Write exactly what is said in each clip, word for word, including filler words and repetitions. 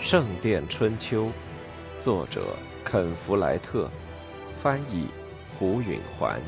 圣殿春秋》，作者肯·弗莱特，翻译胡允环。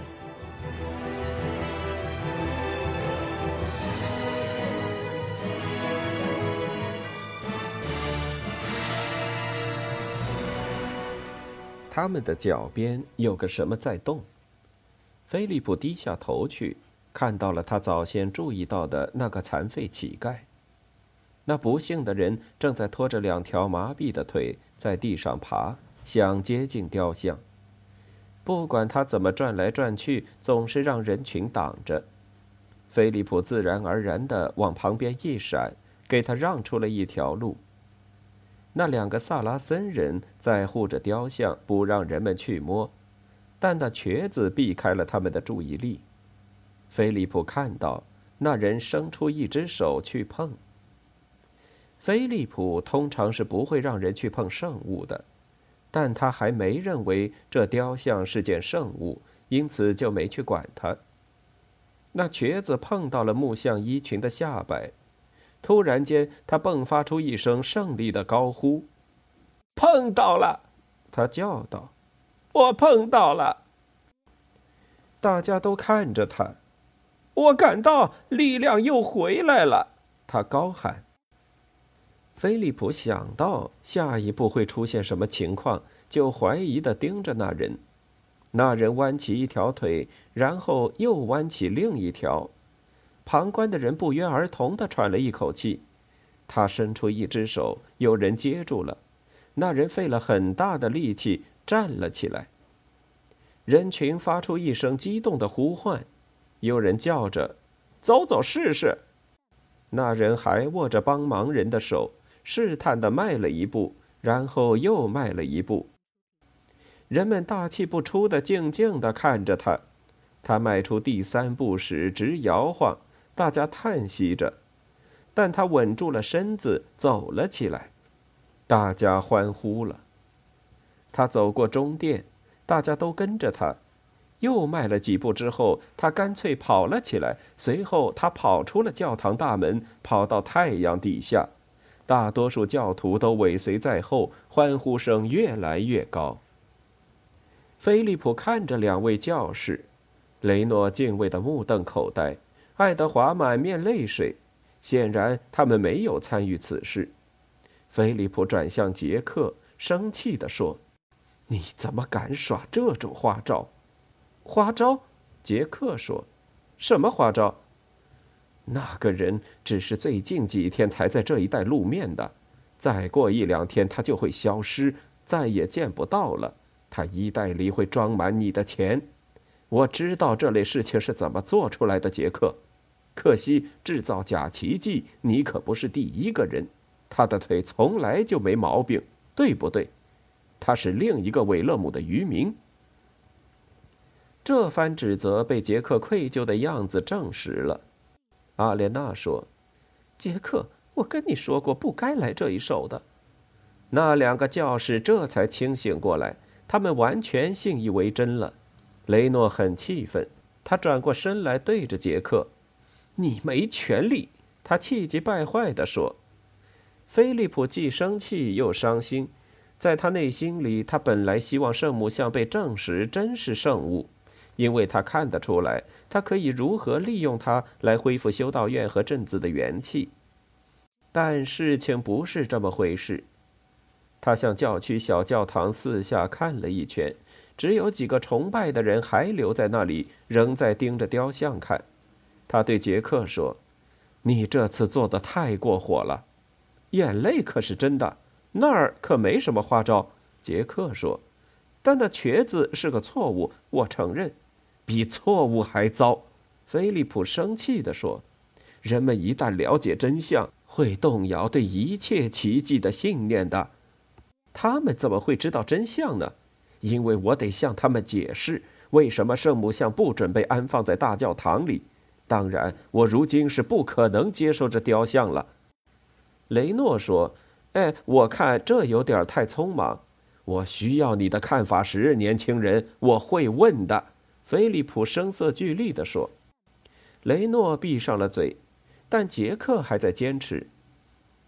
他们的脚边有个什么在动。菲利普低下头去，看到了他早先注意到的那个残废乞丐。那不幸的人正在拖着两条麻痹的腿在地上爬，想接近雕像。不管他怎么转来转去，总是让人群挡着。菲利普自然而然地往旁边一闪，给他让出了一条路。那两个萨拉森人在护着雕像，不让人们去摸，但那瘸子避开了他们的注意力。菲利普看到那人伸出一只手去碰。菲利普通常是不会让人去碰圣物的，但他还没认为这雕像是件圣物，因此就没去管它。那瘸子碰到了木像衣裙的下摆，突然间他迸发出一声胜利的高呼：“碰到了！”他叫道：“我碰到了！”大家都看着他。“我感到力量又回来了！”他高喊。菲利普想到下一步会出现什么情况，就怀疑地盯着那人。那人弯起一条腿，然后又弯起另一条。旁观的人不约而同地喘了一口气。他伸出一只手，有人接住了。那人费了很大的力气站了起来。人群发出一声激动的呼唤，有人叫着：“走走试试！”那人还握着帮忙人的手，试探地迈了一步，然后又迈了一步。人们大气不出地静静地看着他。他迈出第三步时直摇晃，大家叹息着。但他稳住了身子，走了起来。大家欢呼了。他走过中殿，大家都跟着他。又迈了几步之后，他干脆跑了起来。随后他跑出了教堂大门，跑到太阳底下。大多数教徒都尾随在后，欢呼声越来越高。菲利普看着两位教士，雷诺敬畏地目瞪口呆，爱德华满面泪水，显然他们没有参与此事。菲利普转向杰克，生气地说：“你怎么敢耍这种花招？”“花招？”杰克说。“什么花招？”“那个人只是最近几天才在这一带露面的，再过一两天他就会消失，再也见不到了。他衣袋里会装满你的钱。我知道这类事情是怎么做出来的，杰克。可惜制造假奇迹，你可不是第一个人。他的腿从来就没毛病，对不对？他是另一个韦勒姆的渔民。”这番指责被杰克愧疚的样子证实了。阿莲娜说：“杰克，我跟你说过不该来这一手的。”那两个教士这才清醒过来，他们完全信以为真了。雷诺很气愤，他转过身来对着杰克：“你没权利！”他气急败坏地说。菲利普既生气又伤心，在他内心里，他本来希望圣母像被证实真是圣物，因为他看得出来，他可以如何利用它来恢复修道院和镇子的元气。但事情不是这么回事。他向教区小教堂四下看了一圈，只有几个崇拜的人还留在那里，仍在盯着雕像看。他对杰克说：“你这次做得太过火了。”“眼泪可是真的，那儿可没什么花招。”杰克说。“但那瘸子是个错误，我承认。”“比错误还糟！”菲利普生气地说。“人们一旦了解真相，会动摇对一切奇迹的信念的。”“他们怎么会知道真相呢？因为我得向他们解释，为什么圣母像不准被安放在大教堂里。当然，我如今是不可能接受这雕像了。”雷诺说：“哎，我看这有点太匆忙。我需要你的看法时，年轻人，我会问的。”菲利普声色俱厉地说。雷诺闭上了嘴，但杰克还在坚持。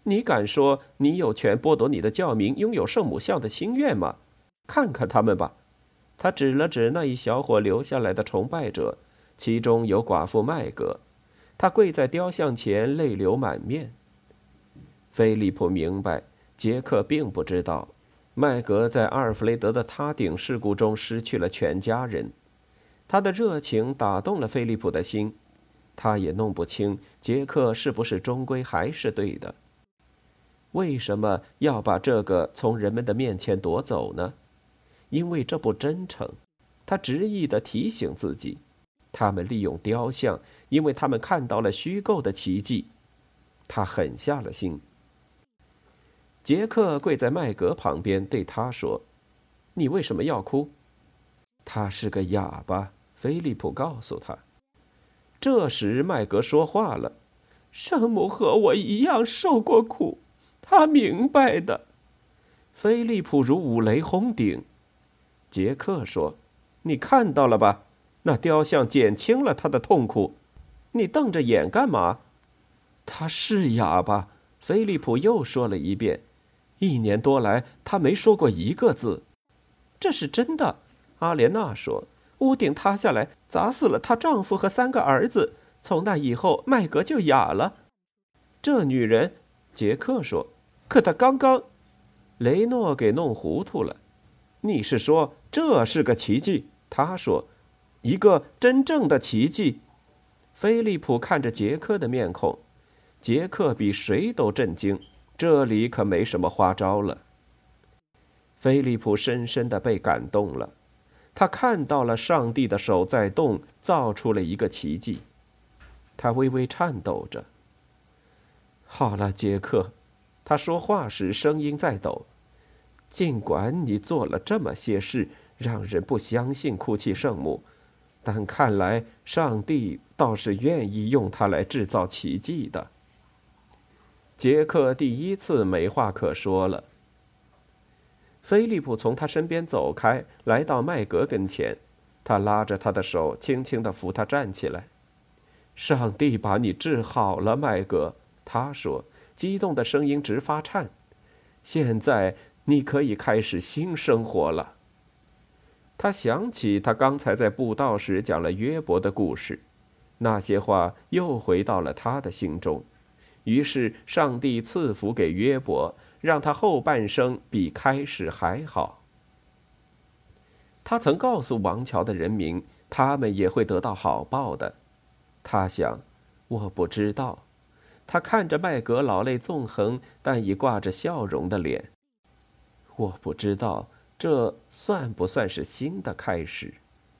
你敢说你有权剥夺你的教民拥有圣母像的心愿吗？看看他们吧。他指了指那一小伙留下来的崇拜者，其中有寡妇麦格。他跪在雕像前，泪流满面。菲利普明白，杰克并不知道，麦格在阿尔弗雷德的塌顶事故中失去了全家人。他的热情打动了菲利普的心，他也弄不清杰克是不是终归还是对的。为什么要把这个从人们的面前夺走呢？因为这不真诚。他执意地提醒自己，他们利用雕像，因为他们看到了虚构的奇迹。他狠下了心。杰克跪在麦格旁边，对他说：“你为什么要哭？”他是个哑巴，菲利普告诉他。这时麦格说话了：“圣母和我一样受过苦，她明白的。”菲利普如五雷轰顶。杰克说：“你看到了吧？那雕像减轻了他的痛苦。你瞪着眼干嘛？”他是哑巴，菲利普又说了一遍。一年多来，他没说过一个字。这是真的，阿莲娜说。屋顶塌下来，砸死了她丈夫和三个儿子。从那以后，麦格就哑了。这女人，杰克说，可她刚刚……雷诺给弄糊涂了。你是说这是个奇迹？他说，一个真正的奇迹。菲利普看着杰克的面孔，杰克比谁都震惊。这里可没什么花招了。菲利普深深地被感动了，他看到了上帝的手在动，造出了一个奇迹。他微微颤抖着。好了，杰克，他说话时声音在抖。尽管你做了这么些事，让人不相信哭泣圣母，但看来上帝倒是愿意用它来制造奇迹的。杰克第一次没话可说了。菲利普从他身边走开，来到麦格跟前，他拉着他的手，轻轻地扶他站起来。上帝把你治好了，麦格，他说，激动的声音直发颤。现在你可以开始新生活了。他想起他刚才在布道时讲了约伯的故事，那些话又回到了他的心中。于是上帝赐福给约伯，让他后半生比开始还好。他曾告诉王桥的人民，他们也会得到好报的。他想，我不知道。他看着麦格老泪纵横但已挂着笑容的脸，我不知道这算不算是新的开始。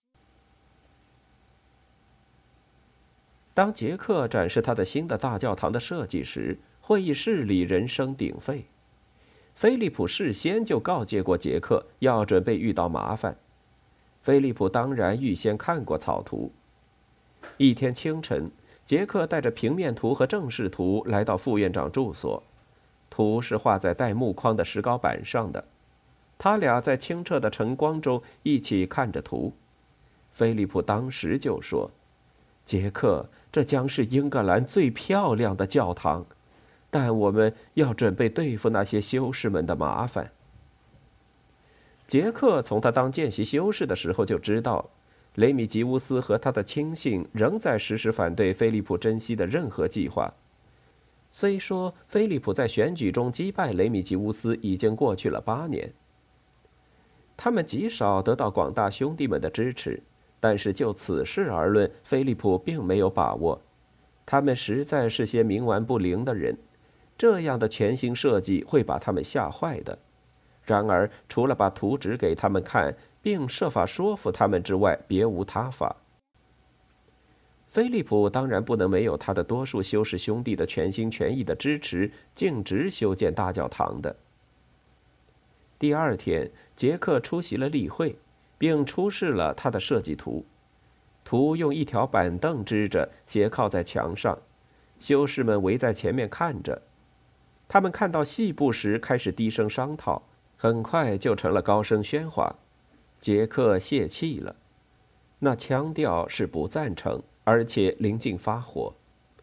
当杰克展示他的新的大教堂的设计时，会议室里人声鼎沸。菲利普事先就告诫过杰克要准备遇到麻烦。菲利普当然预先看过草图。一天清晨，杰克带着平面图和正视图来到副院长住所，图是画在带木框的石膏板上的。他俩在清澈的晨光中一起看着图。菲利普当时就说：“杰克，这将是英格兰最漂亮的教堂，但我们要准备对付那些修士们的麻烦。”杰克从他当见习修士的时候就知道，雷米吉乌斯和他的亲信仍在时时反对菲利普珍惜的任何计划。虽说菲利普在选举中击败雷米吉乌斯已经过去了八年，他们极少得到广大兄弟们的支持，但是就此事而论，菲利普并没有把握。他们实在是些冥顽不灵的人，这样的全新设计会把他们吓坏的。然而，除了把图纸给他们看，并设法说服他们之外，别无他法。菲利普当然不能没有他的多数修士兄弟的全心全意的支持，径直修建大教堂的。第二天，杰克出席了例会，并出示了他的设计图。图用一条板凳支着，斜靠在墙上，修士们围在前面看着。他们看到细部时开始低声商讨，很快就成了高声喧哗。杰克泄气了，那腔调是不赞成，而且临近发火。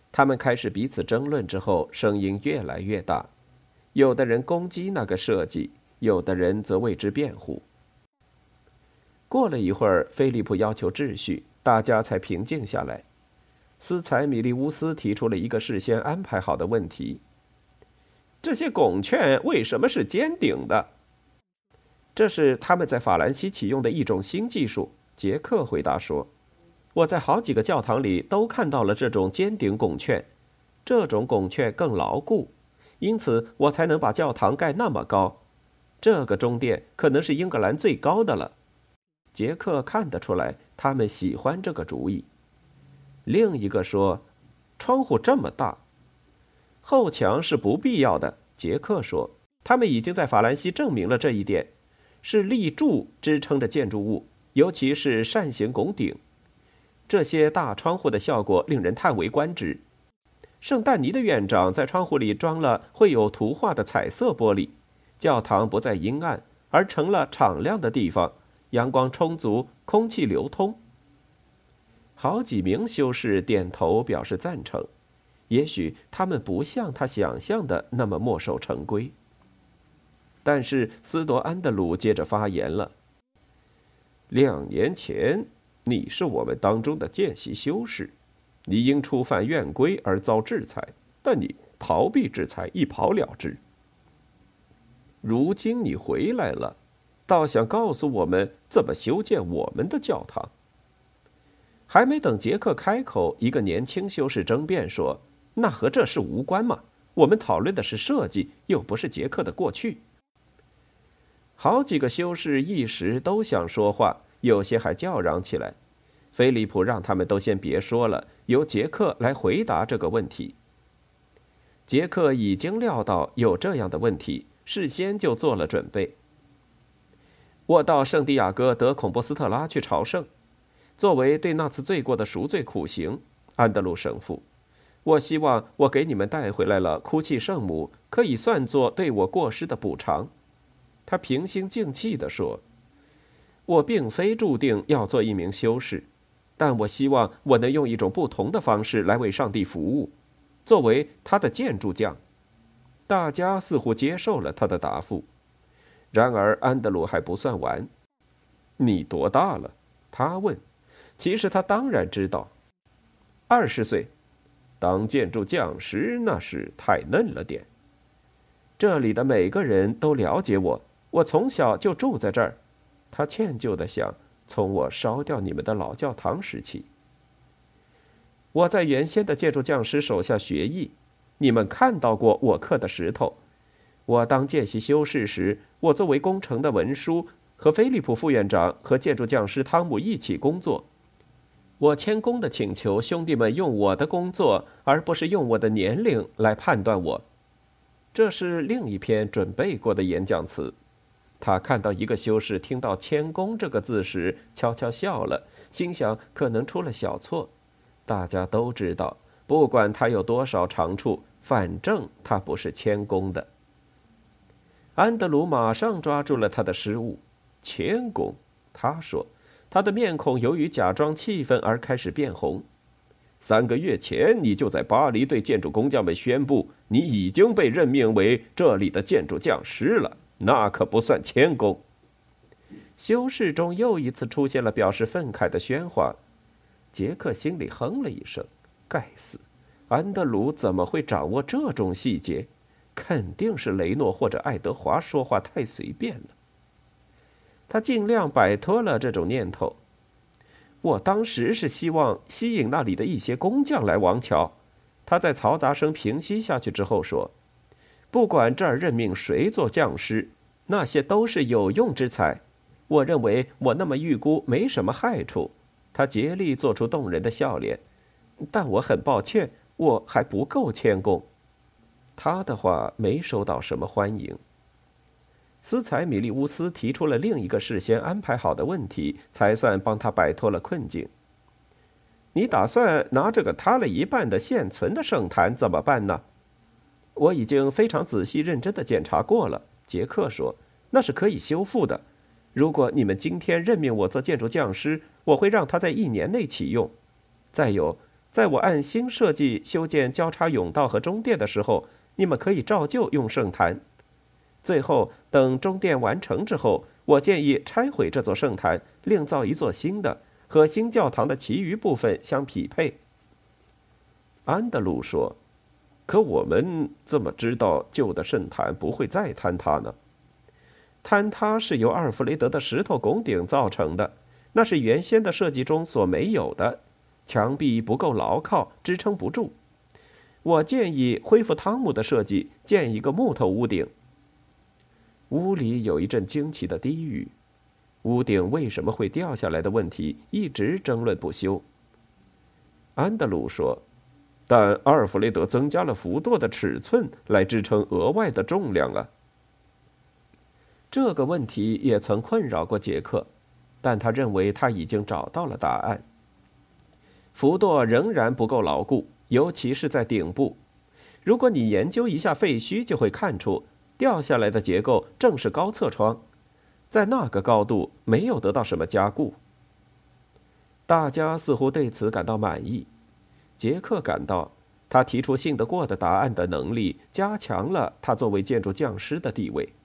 他们开始彼此争论之后，声音越来越大。有的人攻击那个设计，有的人则为之辩护。过了一会儿，菲利普要求秩序，大家才平静下来。斯采米利乌斯提出了一个事先安排好的问题：这些拱券为什么是尖顶的？这是他们在法兰西启用的一种新技术，杰克回答说。我在好几个教堂里都看到了这种尖顶拱券，这种拱券更牢固，因此我才能把教堂盖那么高。这个钟殿可能是英格兰最高的了。杰克看得出来，他们喜欢这个主意。另一个说，窗户这么大，后墙是不必要的。杰克说，他们已经在法兰西证明了这一点，是立柱支撑着建筑物，尤其是扇形拱顶。这些大窗户的效果令人叹为观止。圣但尼的院长在窗户里装了绘有图画的彩色玻璃，教堂不再阴暗，而成了敞亮的地方，阳光充足，空气流通。好几名修士点头表示赞成，也许他们不像他想象的那么墨守成规。但是斯多安德鲁接着发言了：两年前你是我们当中的见习修士，你因触犯院规而遭制裁，但你逃避制裁，一跑了之。如今你回来了，倒想告诉我们怎么修建我们的教堂。还没等杰克开口，一个年轻修士争辩说：那和这事无关嘛，我们讨论的是设计，又不是杰克的过去。好几个修士一时都想说话，有些还叫嚷起来。菲利普让他们都先别说了，由杰克来回答这个问题。杰克已经料到有这样的问题，事先就做了准备。我到圣地亚哥德孔波斯特拉去朝圣，作为对那次罪过的赎罪苦行，安德鲁神父，我希望我给你们带回来了哭泣圣母，可以算作对我过失的补偿。他平心静气地说：我并非注定要做一名修士，但我希望我能用一种不同的方式来为上帝服务，作为他的建筑匠。大家似乎接受了他的答复。然而安德鲁还不算完。你多大了？他问。其实他当然知道，二十岁。当建筑匠时那是太嫩了点。这里的每个人都了解我，我从小就住在这儿。他歉疚地想，从我烧掉你们的老教堂时起。我在原先的建筑匠师手下学艺，你们看到过我刻的石头。我当见习修士时，我作为工程的文书，和菲利普副院长和建筑匠师汤姆一起工作。我谦恭地请求兄弟们用我的工作，而不是用我的年龄来判断我。这是另一篇准备过的演讲词。他看到一个修士听到谦恭这个字时，悄悄笑了，心想可能出了小错。大家都知道，不管他有多少长处，反正他不是谦恭的。安德鲁马上抓住了他的失误。谦恭，他说，他的面孔由于假装气愤而开始变红。三个月前，你就在巴黎对建筑工匠们宣布，你已经被任命为这里的建筑匠师了，那可不算谦恭。修士中又一次出现了表示愤慨的喧哗。杰克心里哼了一声，该死，安德鲁怎么会掌握这种细节？肯定是雷诺或者爱德华说话太随便了。他尽量摆脱了这种念头。我当时是希望吸引那里的一些工匠来王桥。他在嘈杂声平息下去之后说，不管这儿任命谁做匠师，那些都是有用之才。我认为我那么预估没什么害处。他竭力做出动人的笑脸，但我很抱歉，我还不够谦恭。他的话没收到什么欢迎。斯采米利乌斯提出了另一个事先安排好的问题，才算帮他摆脱了困境。你打算拿这个塌了一半的现存的圣坛怎么办呢？我已经非常仔细认真地检查过了，杰克说，那是可以修复的。如果你们今天任命我做建筑匠师，我会让他在一年内启用。再有， 在我按新设计修建交叉甬道和中殿的时候，你们可以照旧用圣坛。最后，等中殿完成之后，我建议拆毁这座圣坛，另造一座新的，和新教堂的其余部分相匹配。”安德鲁说：“可我们怎么知道旧的圣坛不会再坍塌呢？坍塌是由阿尔弗雷德的石头拱顶造成的，那是原先的设计中所没有的。墙壁不够牢靠，支撑不住。我建议恢复汤姆的设计，建一个木头屋顶。”屋里有一阵惊奇的低语，屋顶为什么会掉下来的问题一直争论不休。安德鲁说：“但阿尔弗雷德增加了浮垛的尺寸来支撑额外的重量啊。”这个问题也曾困扰过杰克，但他认为他已经找到了答案。浮垛仍然不够牢固，尤其是在顶部。如果你研究一下废墟，就会看出掉下来的结构正是高侧窗，在那个高度没有得到什么加固。大家似乎对此感到满意。杰克感到他提出信得过的答案的能力加强了他作为建筑匠师的地位。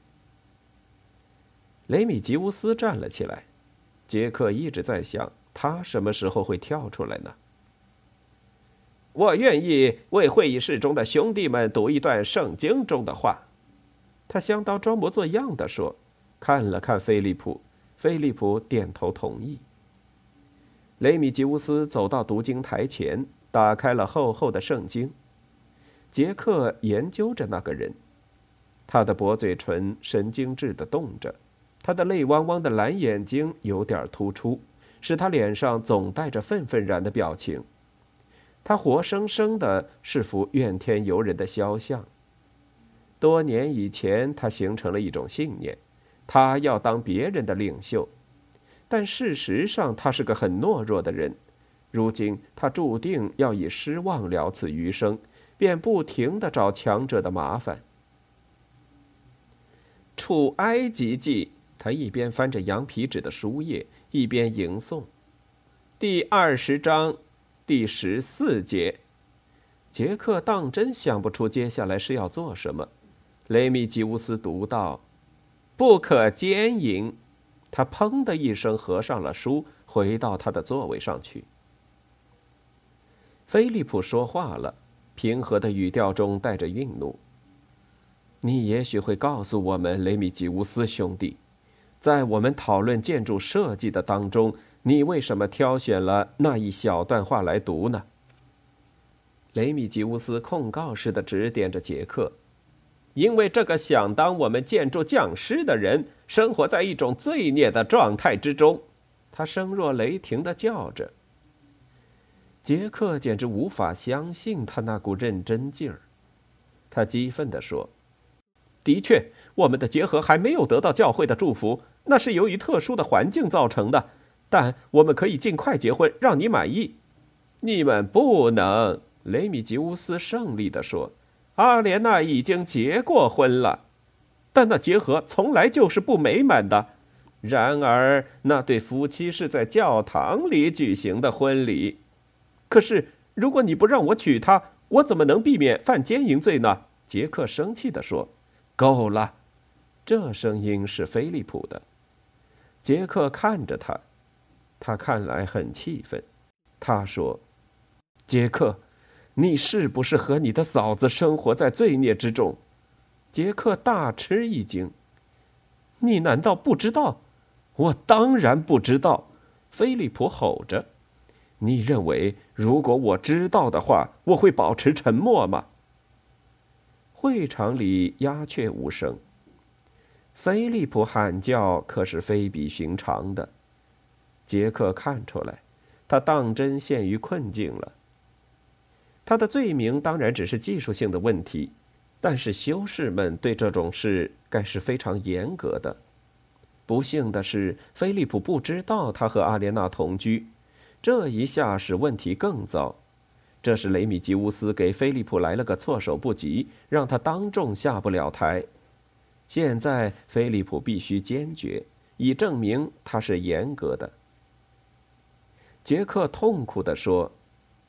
雷米吉乌斯站了起来，杰克一直在想，他什么时候会跳出来呢？“我愿意为会议室中的兄弟们读一段圣经中的话。”他相当装模作样地说，看了看菲利普，菲利普点头同意。雷米吉乌斯走到读经台前，打开了厚厚的圣经。杰克研究着那个人，他的薄嘴唇神经质地动着，他的泪汪汪的蓝眼睛有点突出，使他脸上总带着愤愤然的表情。他活生生的是幅怨天尤人的肖像。多年以前，他形成了一种信念，他要当别人的领袖，但事实上他是个很懦弱的人。如今他注定要以失望了此余生，便不停地找强者的麻烦。出埃及记，他一边翻着羊皮纸的书页，一边吟诵。第二十章，第十四节。杰克当真想不出接下来是要做什么。雷米吉乌斯读道：“不可奸淫。”他砰的一声合上了书，回到他的座位上去。菲利普说话了，平和的语调中带着愠怒：“你也许会告诉我们，雷米吉乌斯兄弟，在我们讨论建筑设计的当中，你为什么挑选了那一小段话来读呢？”雷米吉乌斯控告似的指点着杰克：“因为这个想当我们建筑匠师的人，生活在一种罪孽的状态之中。”他声若雷霆地叫着。杰克简直无法相信他那股认真劲儿。他激愤地说：“的确，我们的结合还没有得到教会的祝福，那是由于特殊的环境造成的。但我们可以尽快结婚，让你满意。”“你们不能！”雷米吉乌斯胜利地说，“阿莲娜已经结过婚了，但那结合从来就是不美满的。然而，那对夫妻是在教堂里举行的婚礼。可是，如果你不让我娶她，我怎么能避免犯奸淫罪呢？”杰克生气地说。“够了！”这声音是菲利普的。杰克看着他，他看来很气愤。他说：“杰克，你是不是和你的嫂子生活在罪孽之中？”杰克大吃一惊：“你难道不知道？”“我当然不知道！”菲利普吼着。“你认为如果我知道的话，我会保持沉默吗？”会场里鸦雀无声。菲利普喊叫可是非比寻常的。杰克看出来，他当真陷于困境了。他的罪名当然只是技术性的问题，但是修士们对这种事该是非常严格的。不幸的是，菲利普不知道他和阿莲娜同居，这一下使问题更糟。这是雷米吉乌斯给菲利普来了个措手不及，让他当众下不了台。现在菲利普必须坚决，以证明他是严格的。杰克痛苦地说：“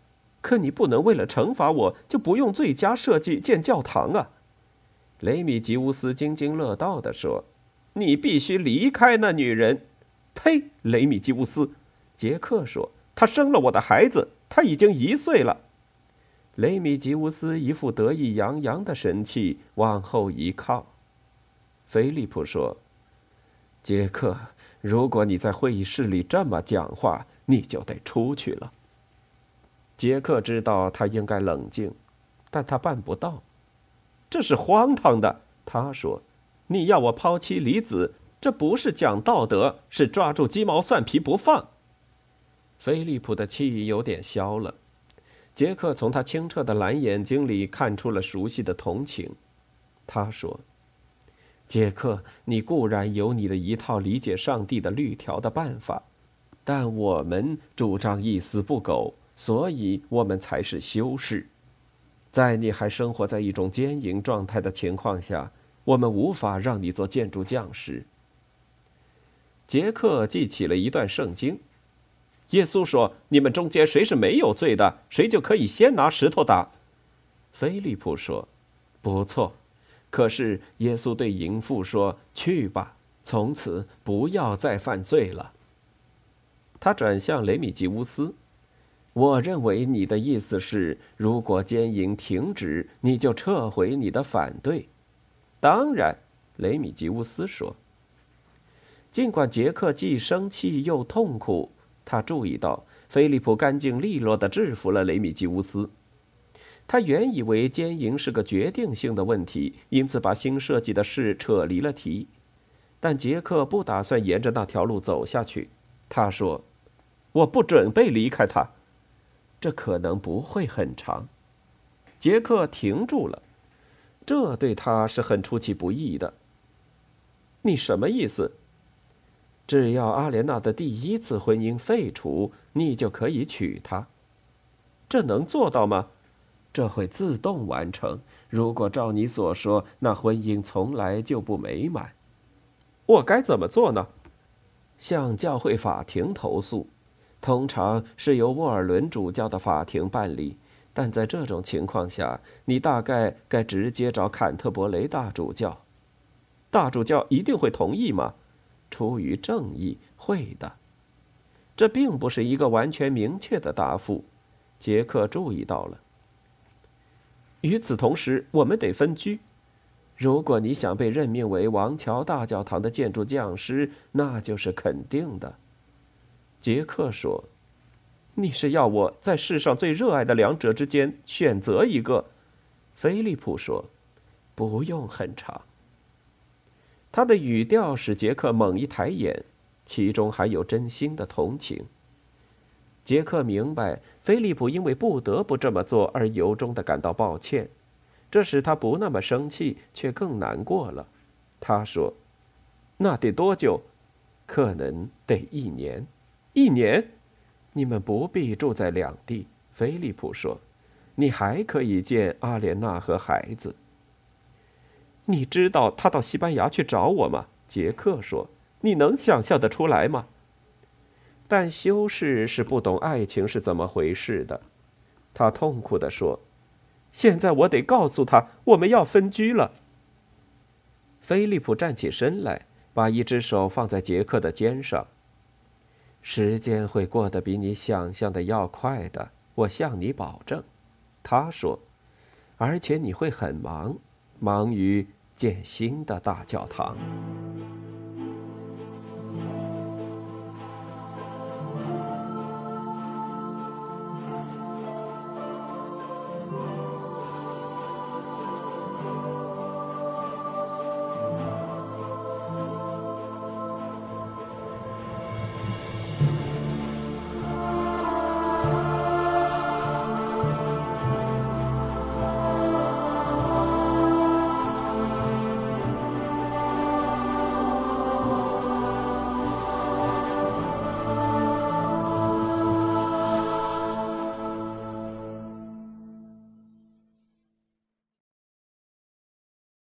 可你不能为了惩罚我，就不用最佳设计建教堂啊！雷米吉乌斯津津乐道地说：“你必须离开那女人。”呸！雷米吉乌斯，杰克说：“她生了我的孩子，她已经一岁了。”雷米吉乌斯一副得意洋洋的神气，往后一靠。菲利普说：“杰克，如果你在会议室里这么讲话，你就得出去了。”杰克知道他应该冷静，但他办不到。这是荒唐的，他说：“你要我抛妻离子，这不是讲道德，是抓住鸡毛蒜皮不放。”菲利普的气有点消了。杰克从他清澈的蓝眼睛里看出了熟悉的同情。他说：“杰克，你固然有你的一套理解上帝的律条的办法，但我们主张一丝不苟，所以我们才是修士。在你还生活在一种奸淫状态的情况下，我们无法让你做建筑匠师。”杰克记起了一段圣经。耶稣说：“你们中间谁是没有罪的，谁就可以先拿石头打。”菲利普说：“不错，可是耶稣对淫妇说：‘去吧，从此不要再犯罪了。’”他转向雷米吉乌斯：“我认为你的意思是，如果奸淫停止，你就撤回你的反对。”“当然。”雷米吉乌斯说。尽管杰克既生气又痛苦，他注意到菲利普干净利落地制服了雷米吉乌斯。他原以为奸淫是个决定性的问题，因此把新设计的事扯离了题。但杰克不打算沿着那条路走下去。他说：“我不准备离开他。这可能不会很长。”杰克停住了，这对他是很出其不意的。“你什么意思？”“只要阿莲娜的第一次婚姻废除，你就可以娶她。”“这能做到吗？”“这会自动完成。如果照你所说，那婚姻从来就不美满。”“我该怎么做呢？”“向教会法庭投诉，通常是由沃尔伦主教的法庭办理，但在这种情况下，你大概该直接找坎特伯雷大主教。”“大主教一定会同意吗？”“出于正义，会的。”这并不是一个完全明确的答复，杰克注意到了。“与此同时，我们得分居。如果你想被任命为王桥大教堂的建筑匠师，那就是肯定的。”杰克说：“你是要我在世上最热爱的两者之间选择一个？”菲利普说：“不用很长。”他的语调使杰克猛一抬眼，其中还有真心的同情。杰克明白菲利普因为不得不这么做而由衷地感到抱歉，这使他不那么生气，却更难过了。他说：“那得多久？”“可能得一年。”“一年？”“你们不必住在两地。”菲利普说，“你还可以见阿莲娜和孩子。”“你知道他到西班牙去找我吗？”杰克说，“你能想象得出来吗？”但修士是不懂爱情是怎么回事的。他痛苦地说：“现在我得告诉他，我们要分居了。”菲利普站起身来，把一只手放在杰克的肩上。“时间会过得比你想象的要快的，我向你保证。”他说，“而且你会很忙，忙于建新的大教堂。”